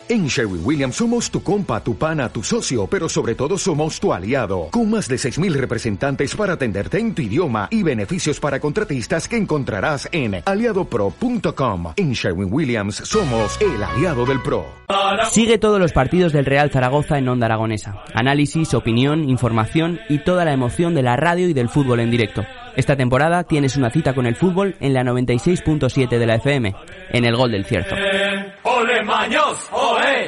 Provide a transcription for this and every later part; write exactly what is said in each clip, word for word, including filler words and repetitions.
En Sherwin-Williams somos tu compa, tu pana, tu socio, pero sobre todo somos tu aliado, con más de seis mil representantes para atenderte en tu idioma y beneficios para contratistas que encontrarás en aliado pro punto com. En Sherwin-Williams somos el aliado del pro. Sigue todos los partidos del Real Zaragoza en Onda Aragonesa. Análisis, opinión, información y toda la emoción de la radio y del fútbol en directo. Esta temporada tienes una cita con el fútbol en la noventa y seis punto siete de la F M, en el Gol del Cierzo. ¡Ole, Maños! ¡Ole!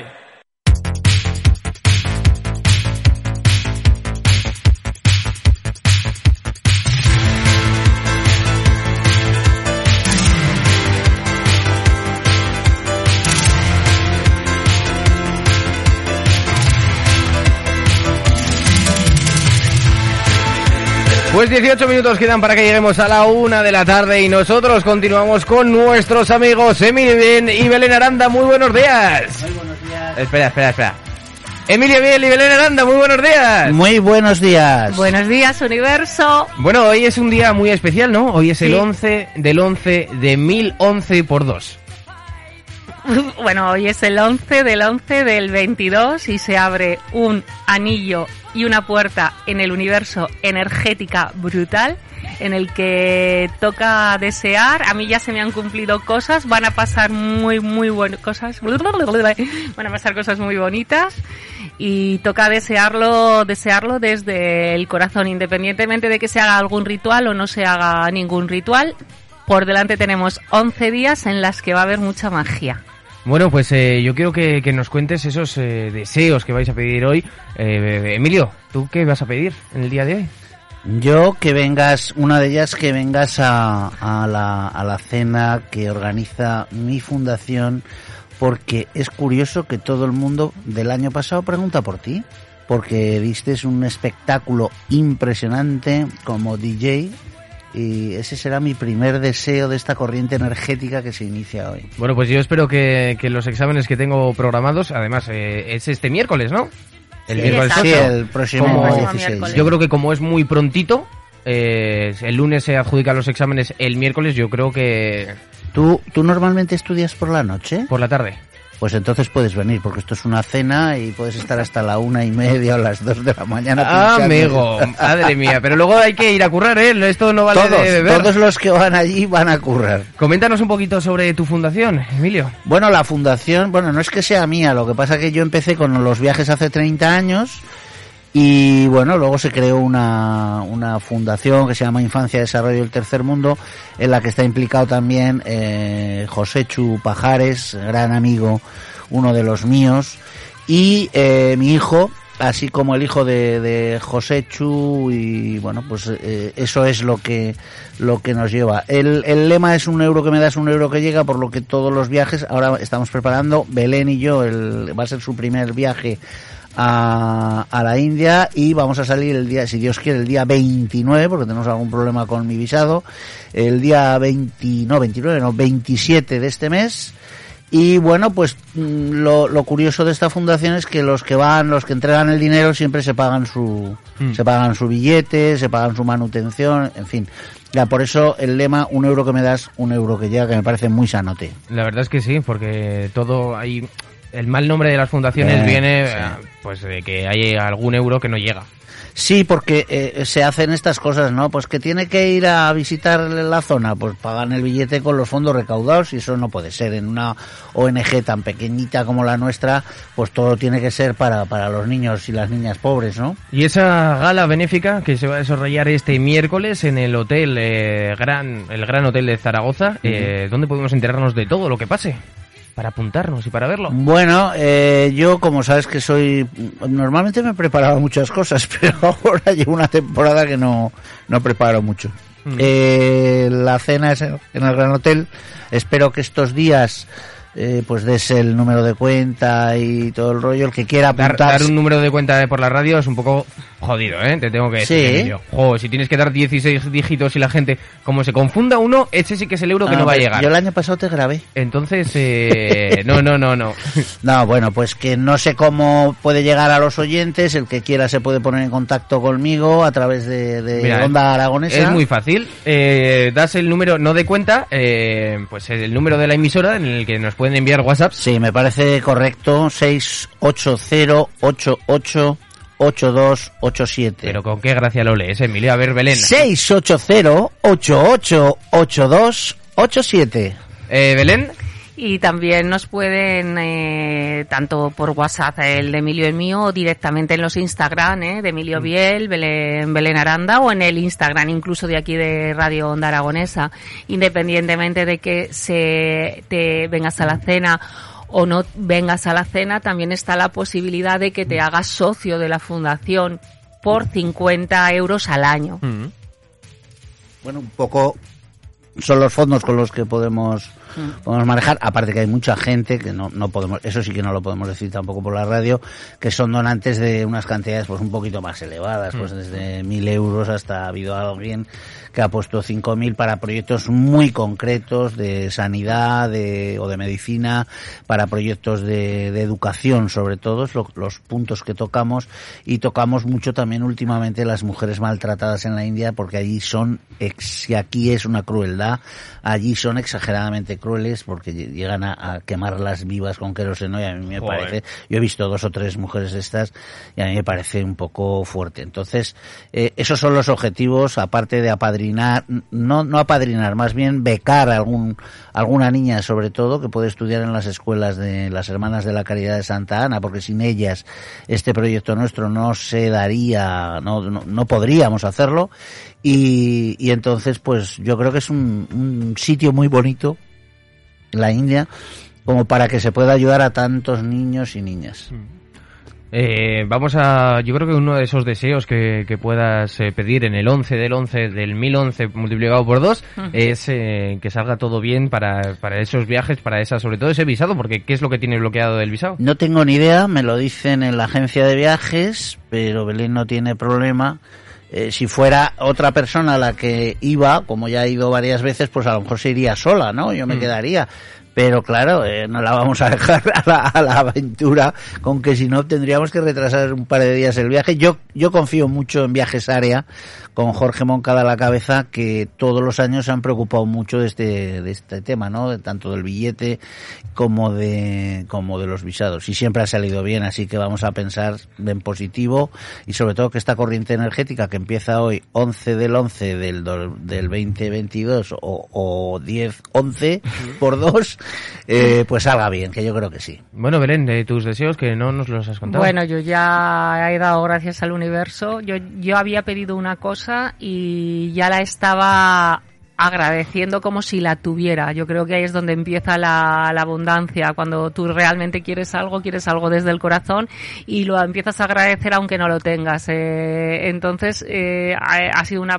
Pues dieciocho minutos quedan para que lleguemos a la una de la tarde y nosotros continuamos con nuestros amigos Emilio Bien y Belén Aranda. Muy buenos días. Muy buenos días. Espera, espera, espera. Emilio Bien y Belén Aranda, muy buenos días. Muy buenos días. Buenos días, universo. Bueno, hoy es un día muy especial, ¿no? Hoy es el Sí. once del once de mil once por dos. Bueno, hoy es el once del once del veintidós y se abre un anillo y una puerta en el universo energética brutal en el que toca desear. A mí ya se me han cumplido cosas, van a pasar muy, muy buenas cosas, van a pasar cosas muy bonitas y toca desearlo, desearlo desde el corazón, independientemente de que se haga algún ritual o no se haga ningún ritual. Por delante tenemos once días en las que va a haber mucha magia. Bueno, pues eh, yo quiero que, que nos cuentes esos eh, deseos que vais a pedir hoy. Eh, Emilio, ¿tú qué vas a pedir en el día de hoy? Yo que vengas, una de ellas que vengas a, a, la, a la cena que organiza mi fundación, porque es curioso que todo el mundo del año pasado pregunta por ti, porque diste un espectáculo impresionante como D J. Y ese será mi primer deseo de esta corriente energética que se inicia hoy. Bueno, pues yo espero que, que los exámenes que tengo programados, además eh, es este miércoles, ¿no? El Sí, miércoles exacto. Sí, ocho. el próximo Como- dieciséis. miércoles. Yo creo que como es muy prontito, eh, el lunes se adjudican los exámenes, el miércoles yo creo que ¿Tú, ¿Tú normalmente estudias por la noche? por la tarde. Pues entonces puedes venir, porque esto es una cena y puedes estar hasta la una y media o las dos de la mañana. Ah, pinchando. amigo, madre mía, pero luego hay que ir a currar, ¿eh? Esto no vale Todos, de beber. todos los que van allí van a currar. Coméntanos un poquito sobre tu fundación, Emilio. Bueno, la fundación, bueno, no es que sea mía, lo que pasa que yo empecé con los viajes hace treinta años y bueno, luego se creó una, una fundación que se llama Infancia, Desarrollo del Tercer Mundo, en la que está implicado también eh, Joséchu Pajares, gran amigo, uno de los míos, y eh, mi hijo, así como el hijo de, de Joséchu, y bueno, pues eh, eso es lo que lo que nos lleva. El, el lema es un euro que me das, un euro que llega, por lo que todos los viajes, ahora estamos preparando, Belén y yo, el, va a ser su primer viaje a, a la India y vamos a salir el día, si Dios quiere, el día veintinueve, porque tenemos algún problema con mi visado, el día veinte, no, veintinueve, no, veintisiete de este mes. Y bueno, pues lo, lo curioso de esta fundación es que los que van, los que entregan el dinero siempre se pagan su, mm. se pagan su billete, se pagan su manutención, en fin. Ya por eso el lema, un euro que me das, un euro que llega, que me parece muy sanote. La verdad es que sí, porque todo hay... El mal nombre de las fundaciones Eh, viene sí. eh, pues de que hay algún euro que no llega. Sí, porque eh, se hacen estas cosas, ¿no? Pues que tiene que ir a visitar la zona, pues pagan el billete con los fondos recaudados y eso no puede ser. En una O N G tan pequeñita como la nuestra, pues todo tiene que ser para, para los niños y las niñas pobres, ¿no? Y esa gala benéfica que se va a desarrollar este miércoles en el hotel eh, Gran, el Gran Hotel de Zaragoza, uh-huh. eh, ¿dónde podemos enterarnos de todo lo que pase? Para apuntarnos y para verlo. Bueno, eh, yo como sabes que soy... Normalmente me preparaba muchas cosas, pero ahora llevo una temporada que no, no preparo mucho. Mm. Eh, la cena es en el Gran Hotel. Espero que estos días eh, pues des el número de cuenta y todo el rollo. El que quiera apuntar... Dar, dar un número de cuenta por la radio es un poco... Jodido, ¿eh? Te tengo que decir, Sí. Emilio. Jo, si tienes que dar dieciséis dígitos y la gente, como se confunda uno, ese sí que es el euro que Ah, no va a pero llegar. Yo el año pasado te grabé. Entonces, eh, no, no, no, no. No, bueno, pues que no sé cómo puede llegar a los oyentes. El que quiera se puede poner en contacto conmigo a través de, de Mira, Onda Aragonesa. Es muy fácil. Eh, das el número, no de cuenta, eh, pues el número de la emisora en el que nos pueden enviar WhatsApp. Sí, me parece correcto. seis ocho cero ocho ocho ocho dos ocho siete. Pero con qué gracia lo lees, Emilio. A ver, Belén. seis ocho cero ocho ocho ocho dos ocho siete. Eh, Belén. Y también nos pueden, eh, tanto por WhatsApp, el de Emilio y el mío, o directamente en los Instagram, eh, de Emilio Biel, Belén, Belén Aranda, o en el Instagram incluso de aquí de Radio Onda Aragonesa, independientemente de que se te vengas a la cena o no vengas a la cena, también está la posibilidad de que te hagas socio de la fundación por cincuenta euros al año. Mm. Bueno, un poco son los fondos con los que podemos podemos manejar, aparte que hay mucha gente que no no podemos, eso sí que no lo podemos decir tampoco por la radio, que son donantes de unas cantidades pues un poquito más elevadas, pues desde mil euros hasta ha habido alguien que ha puesto cinco mil para proyectos muy concretos de sanidad de, o de medicina, para proyectos de, de educación, sobre todo es lo, los puntos que tocamos, y tocamos mucho también últimamente las mujeres maltratadas en la India, porque allí son, si aquí es una crueldad, allí son exageradamente crueles porque llegan a, a quemarlas vivas con queroseno, y a mí me Joder. parece, yo he visto dos o tres mujeres de estas y a mí me parece un poco fuerte. Entonces, eh, esos son los objetivos, aparte de apadrinar, no no apadrinar, más bien becar a algún alguna niña, sobre todo, que puede estudiar en las escuelas de las Hermanas de la Caridad de Santa Ana, porque sin ellas este proyecto nuestro no se daría, no no, no podríamos hacerlo, y, y entonces pues yo creo que es un, un sitio muy bonito, la India, como para que se pueda ayudar a tantos niños y niñas. Eh, vamos a, yo creo que uno de esos deseos que, que puedas eh, pedir en el once del once del mil once multiplicado por dos uh-huh. es eh, que salga todo bien para, para esos viajes, para esa, sobre todo ese visado, porque ¿qué es lo que tiene bloqueado del visado? No tengo ni idea, me lo dicen en la agencia de viajes, pero Belén no tiene problema. Eh, si fuera otra persona la que iba, como ya ha ido varias veces, pues a lo mejor se iría sola, ¿no? Yo me mm. quedaría. Pero claro, eh, no la vamos a dejar a la, a la aventura, con que si no tendríamos que retrasar un par de días el viaje. Yo yo confío mucho en Viajes Área, con Jorge Moncada a la cabeza, que todos los años se han preocupado mucho de este de este tema, ¿no? De, tanto del billete como de como de los visados. Y siempre ha salido bien, así que vamos a pensar en positivo, y sobre todo que esta corriente energética que empieza hoy, once del once del, del veinte veintidós o, o diez once por dos, Eh, pues salga bien, que yo creo que sí. Bueno, Belén, de tus deseos que no nos los has contado. Bueno, yo ya he dado gracias al universo. Yo, yo había pedido una cosa y ya la estaba agradeciendo como si la tuviera. Yo creo que ahí es donde empieza la, la abundancia. Cuando tú realmente quieres algo, quieres algo desde el corazón y lo empiezas a agradecer aunque no lo tengas. Eh, entonces, eh, ha, ha sido una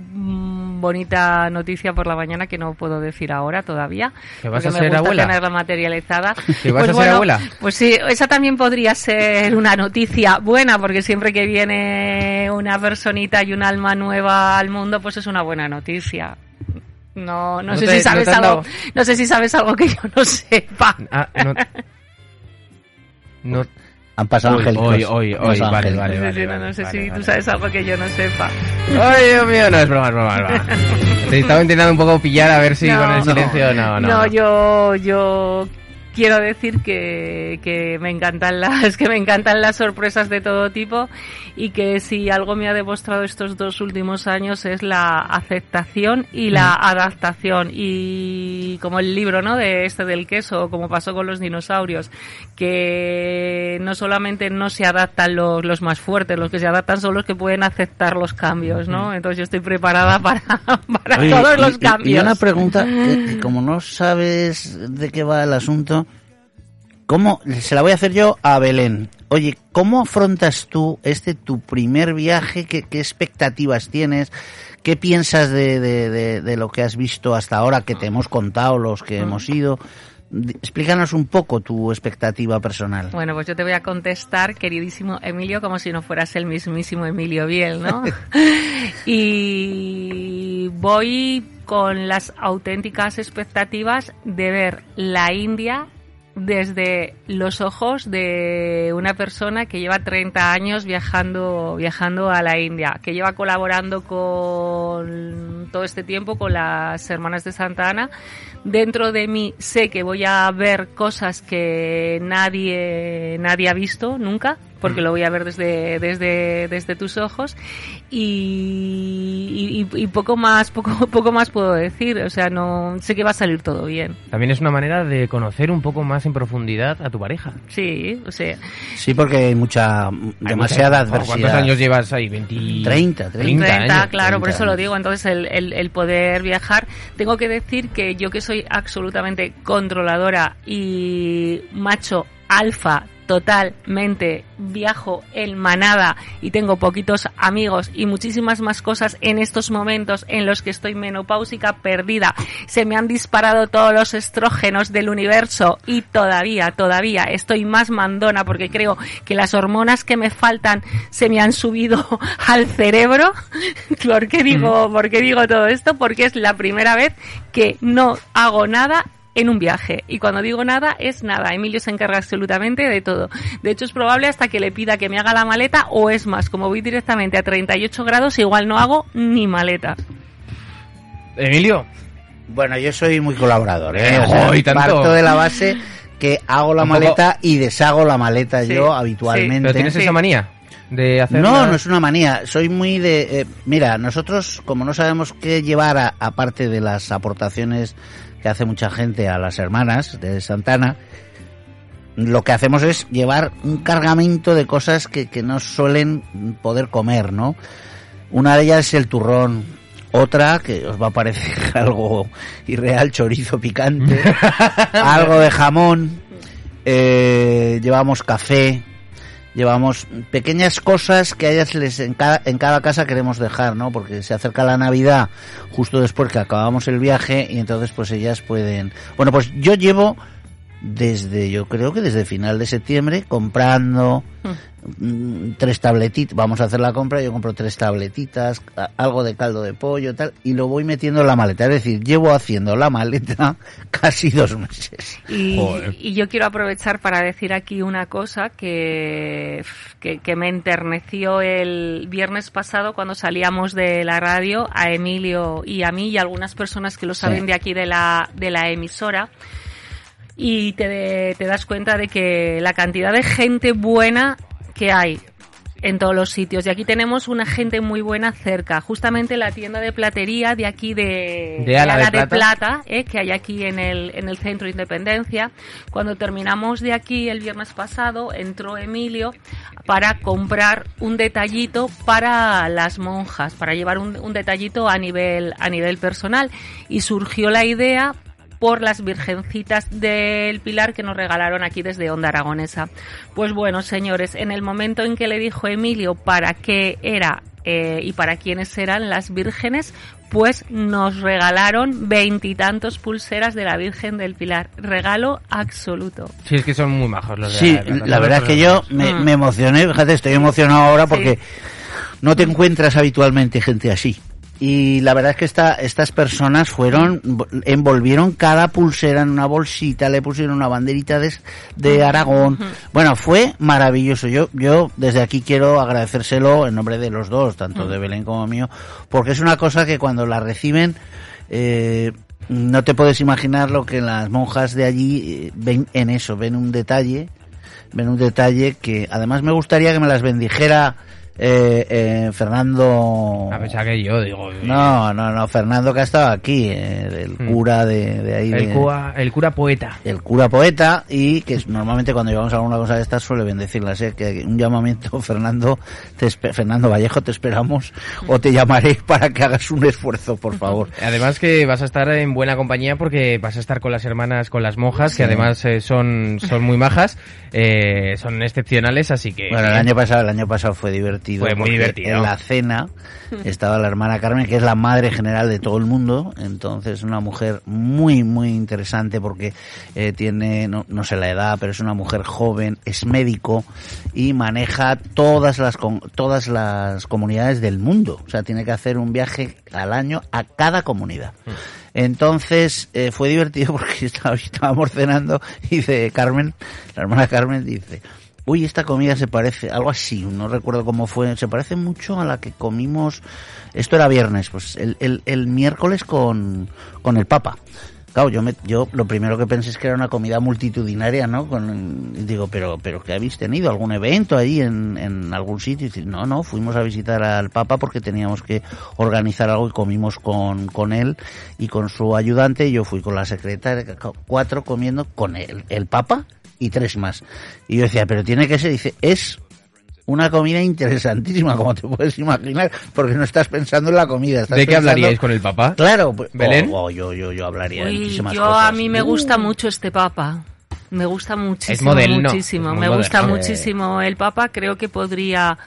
bonita noticia por la mañana que no puedo decir ahora todavía. ¿Que vas porque a me ser gusta abuela? tenerla materializada. ¿Que vas pues a bueno, ser abuela? Pues sí, esa también podría ser una noticia buena, porque siempre que viene una personita y un alma nueva al mundo, pues es una buena noticia. No, no, No sé te- si sabes no te han algo, dado- no sé si sabes algo que yo no sepa. Ah, no... no Han pasado Hoy, angélicos. hoy, hoy, Los hoy, vale, ángeles. vale, Sí, vale, sí, no, vale, no sé vale, si vale. tú sabes algo que yo no sepa. Ay, Dios mío, no, es broma, es broma, es broma. Te estaba intentando un poco pillar a ver si No, con el no. silencio... No, no. No, yo, yo quiero decir que, que me encantan las, que me encantan las sorpresas de todo tipo, y que si algo me ha demostrado estos dos últimos años es la aceptación y la adaptación, y como el libro, ¿no?, de este del queso, como pasó con los dinosaurios, que no solamente no se adaptan los, los más fuertes, los que se adaptan son los que pueden aceptar los cambios, ¿no? Entonces yo estoy preparada para, para Oye, todos y- los y- cambios. Y una pregunta, que, que como no sabes de qué va el asunto, ¿cómo, se la voy a hacer yo a Belén. Oye, ¿cómo afrontas tú este tu primer viaje? ¿Qué, qué expectativas tienes? ¿Qué piensas de, de, de, de lo que has visto hasta ahora, que te hemos contado, los que hemos ido? Explícanos un poco tu expectativa personal. Bueno, pues yo te voy a contestar, queridísimo Emilio, como si no fueras el mismísimo Emilio Biel, ¿no? Y voy con las auténticas expectativas de ver la India desde los ojos de una persona que lleva treinta años viajando viajando a la India, que lleva colaborando con todo este tiempo con las Hermanas de Santa Ana. Dentro de mí sé que voy a ver cosas que nadie nadie ha visto nunca, porque lo voy a ver desde desde desde tus ojos y, y, y poco más poco poco más puedo decir. O sea, no sé que va a salir todo bien. También es una manera de conocer un poco más en profundidad a tu pareja. Sí, o sea. Sí, porque hay mucha demasiada hay mucha, adversidad. ¿Cuántos años llevas ahí? veinte, treinta, treinta, treinta, años, claro, treinta por eso lo años. digo. Entonces, el, el, el poder viajar. Tengo que decir que yo, que soy absolutamente controladora y macho alfa totalmente, viajo en manada y tengo poquitos amigos y muchísimas más cosas en estos momentos en los que estoy menopáusica perdida. Se me han disparado todos los estrógenos del universo y todavía, todavía estoy más mandona porque creo que las hormonas que me faltan se me han subido al cerebro. ¿Por qué digo, por qué digo todo esto? Porque es la primera vez que no hago nada en un viaje. Y cuando digo nada, es nada. Emilio se encarga absolutamente de todo. De hecho, es probable hasta que le pida que me haga la maleta, o es más, como voy directamente a treinta y ocho grados, igual no hago ni maleta. Emilio. Bueno, yo soy muy colaborador, ¿eh? O Oh, sea, y tanto. parto de la base que hago la Un poco- maleta y deshago la maleta Sí, yo sí. habitualmente. ¿Pero tienes Sí. esa manía de hacer? No, no es una manía. Soy muy de... Eh, mira, nosotros, como no sabemos qué llevar, a- aparte de las aportaciones que hace mucha gente a las Hermanas de Santana, lo que hacemos es llevar un cargamento de cosas que, que no suelen poder comer, ¿no? Una de ellas es el turrón. Otra, que os va a parecer algo irreal, chorizo picante. Algo de jamón. Eh, llevamos café. Llevamos pequeñas cosas que a ellas les en cada, en cada casa queremos dejar, ¿no? Porque se acerca la Navidad justo después que acabamos el viaje y entonces pues ellas pueden... Bueno, pues yo llevo desde, yo creo que desde final de septiembre comprando mm, tres tabletitas, vamos a hacer la compra, yo compro tres tabletitas, a- algo de caldo de pollo, tal, y lo voy metiendo en la maleta. Es decir, llevo haciendo la maleta casi dos meses. Y, Joder. y yo quiero aprovechar para decir aquí una cosa que, que, que me enterneció el viernes pasado cuando salíamos de la radio, a Emilio y a mí y a algunas personas que lo saben Sí. de aquí de la, de la emisora. Y te, te das cuenta de que la cantidad de gente buena que hay en todos los sitios. Y aquí tenemos una gente muy buena cerca. Justamente la tienda de platería de aquí de, De Ala de Ala de Plata. Plata, eh, que hay aquí en el, en el centro de Independencia. Cuando terminamos de aquí el viernes pasado, entró Emilio para comprar un detallito para las monjas, para llevar un, un detallito a nivel, a nivel personal. Y surgió la idea por las virgencitas del Pilar que nos regalaron aquí desde Onda Aragonesa. Pues bueno, señores, en el momento en que le dijo Emilio para qué era eh, y para quiénes eran las vírgenes, pues nos regalaron veintitantos pulseras de la Virgen del Pilar. Regalo absoluto. Sí, es que son muy majos los de Sí, las- la verdad es que yo me, Mm. me emocioné, fíjate, estoy emocionado ahora porque Sí. no te encuentras habitualmente gente así. Y la verdad es que esta, estas personas fueron, envolvieron cada pulsera en una bolsita, le pusieron una banderita de, de Aragón. Bueno, fue maravilloso. Yo, yo desde aquí quiero agradecérselo en nombre de los dos, tanto de Belén como mío, porque es una cosa que cuando la reciben, eh, no te puedes imaginar lo que las monjas de allí eh, ven en eso, ven un detalle, ven un detalle que además me gustaría que me las bendijera eh, eh, Fernando. A pesar que yo digo... No, no, no, Fernando que ha estado aquí, eh, el Mm. cura de, de ahí. El de- cura, el cura poeta. el cura poeta, y que es- normalmente cuando llevamos alguna cosa de estas suele bendecirlas, ¿eh? Que un llamamiento, Fernando, te espe- Fernando Vallejo, te esperamos o te llamaré para que hagas un esfuerzo, por favor. Además que vas a estar en buena compañía porque vas a estar con las hermanas, con las monjas, Sí. que además eh, son, son muy majas, eh, son excepcionales, así que... Bueno, el año pasado, el año pasado fue divertido. divertido. Fue muy divertido. En la cena estaba la hermana Carmen, que es la madre general de todo el mundo, entonces una mujer muy, muy interesante porque eh, tiene, no, no sé la edad, pero es una mujer joven, es médico y maneja todas las, todas las comunidades del mundo. O sea, tiene que hacer un viaje al año a cada comunidad. Entonces eh, fue divertido porque estaba, estábamos cenando y dice Carmen, la hermana Carmen dice: uy, esta comida se parece, algo así, no recuerdo cómo fue, se parece mucho a la que comimos, esto era viernes, pues el, el, el miércoles con, con el Papa. Claro, yo, me, yo lo primero que pensé es que era una comida multitudinaria, ¿no? Con, digo, pero, pero ¿qué habéis tenido? ¿Algún evento ahí en, en algún sitio? Y dice, no, no, fuimos a visitar al Papa porque teníamos que organizar algo y comimos con, con él y con su ayudante, y yo fui con la secretaria, cuatro comiendo con él, el Papa y tres más. Y yo decía, pero tiene que ser, dice, es una comida interesantísima, como te puedes imaginar, porque no estás pensando en la comida. Estás ¿De qué pensando... hablaríais con el Papa? Claro, pues, ¿Belén? Oh, oh, yo, yo, yo hablaría de Uy, muchísimas yo cosas. a mí me gusta uh. mucho este Papa. Me gusta muchísimo, Es moderno, muchísimo. es Me muy gusta moderno. muchísimo el Papa. Creo que podría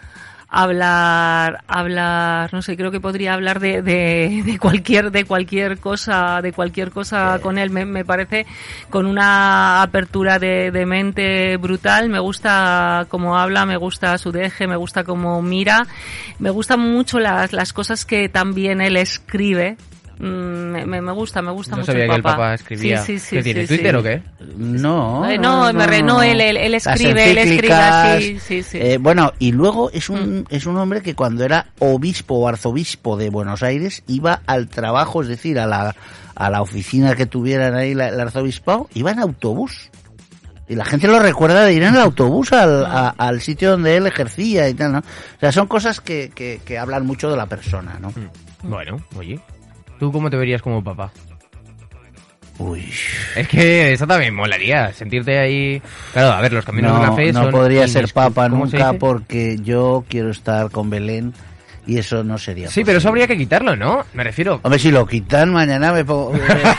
hablar, hablar, no sé, creo que podría hablar de, de, de cualquier, de cualquier cosa, de cualquier cosa Sí. con él. Me, me parece con una apertura de, de mente brutal. Me gusta cómo habla, me gusta su deje, me gusta cómo mira, me gustan mucho las, las cosas que también él escribe. Me, me, me gusta, me gusta No mucho sabía el que el Papa. Papa escribía. Sí, sí, sí, ¿Qué tiene, sí, Twitter sí. o qué? No, Eh, no, me re- no, él- él- él Las escribe, él escribe encíclicas, así, sí, sí. eh, bueno, y luego es un, es un hombre que cuando era obispo o arzobispo de Buenos Aires iba al trabajo, es decir, a la, a la oficina que tuvieran ahí la- el arzobispado, iba en autobús. Y la gente lo recuerda de ir en el autobús al, a- al sitio donde él ejercía y tal, ¿no? O sea, son cosas que, que, que hablan mucho de la persona, ¿no? Bueno, oye, ¿tú cómo te verías como Papa? Uy. Es que eso también molaría, sentirte ahí... Claro, a ver, los caminos No, de la fe no son... podría ser indiscu- papa ¿cómo se nunca dice? porque yo quiero estar con Belén y eso no sería Sí, pero eso posible. habría que quitarlo, ¿no? Me refiero... Hombre, si lo quitan, mañana me pongo...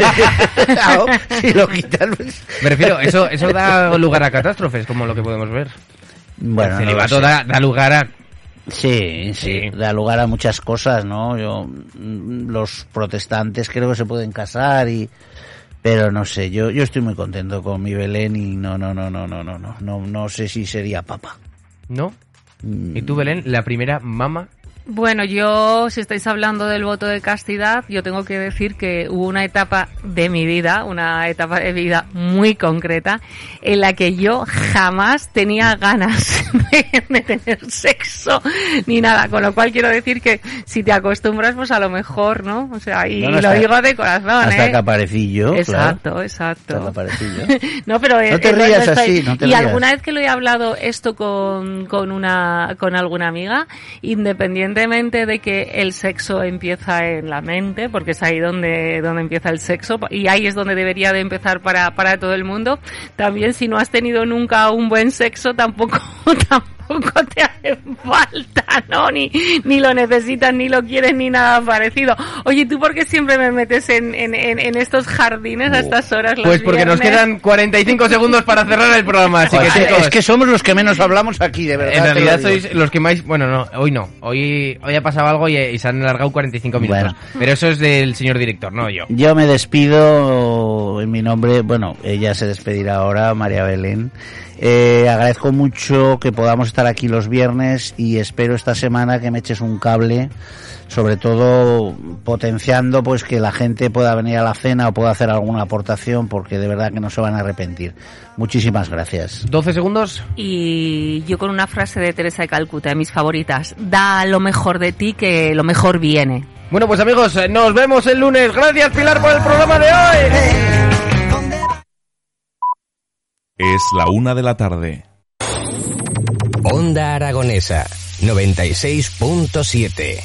Claro, si lo quitan... Pues... Me refiero, eso, eso da lugar a catástrofes, como lo que podemos ver. Bueno, el no lo celibato sé. da, da lugar a... Sí, sí, Sí. da lugar a muchas cosas, ¿no? Yo, mm, los protestantes creo que se pueden casar y... Pero no sé, yo yo estoy muy contento con mi Belén y no, no, no, no, no, no, no, no, no sé si sería papa. ¿No? Mm. ¿Y tú, Belén, la primera mama? Bueno, yo, si estáis hablando del voto de castidad, yo tengo que decir que hubo una etapa de mi vida, una etapa de vida muy concreta, en la que yo jamás tenía ganas de, de tener sexo ni nada, con lo cual quiero decir que si te acostumbras, pues a lo mejor, ¿no? O sea, y Bueno, lo hasta- digo de corazón, Hasta ¿eh? que aparecí yo, Exacto, claro. exacto. Hasta que aparecí yo. No, pero No te eh, rías estoy- así, no te y rías. alguna vez que lo he hablado esto con, con una con alguna amiga, independientemente de que el sexo empieza en la mente, porque es ahí donde donde empieza el sexo y ahí es donde debería de empezar para para todo el mundo. También si no has tenido nunca un buen sexo, tampoco tampoco te hace falta, ¿no? Ni ni lo necesitas, ni lo quieres, ni nada parecido. Oye, ¿tú por qué siempre me metes en en, en, en estos jardines a estas horas los Pues porque nos viernes? quedan cuarenta y cinco segundos para cerrar el programa, así que Joder, chicos... es que somos los que menos hablamos aquí, de verdad. En te lo realidad digo. sois los que más... Bueno, no, hoy no. Hoy, hoy ha pasado algo y, y se han alargado cuarenta y cinco minutos. Bueno. Pero eso es del señor director, no yo. Yo me despido en mi nombre, bueno, ella se despedirá ahora, María Belén. Eh, agradezco mucho que podamos estar aquí los viernes y espero esta semana que me eches un cable, sobre todo potenciando pues que la gente pueda venir a la cena o pueda hacer alguna aportación porque de verdad que no se van a arrepentir. Muchísimas gracias. doce segundos. Y yo con una frase de Teresa de Calcuta, de mis favoritas: da lo mejor de ti que lo mejor viene. Bueno, pues amigos, eh, nos vemos el lunes. Gracias, Pilar, por el programa de hoy. Es la una de la tarde. Onda Aragonesa, noventa y seis punto siete.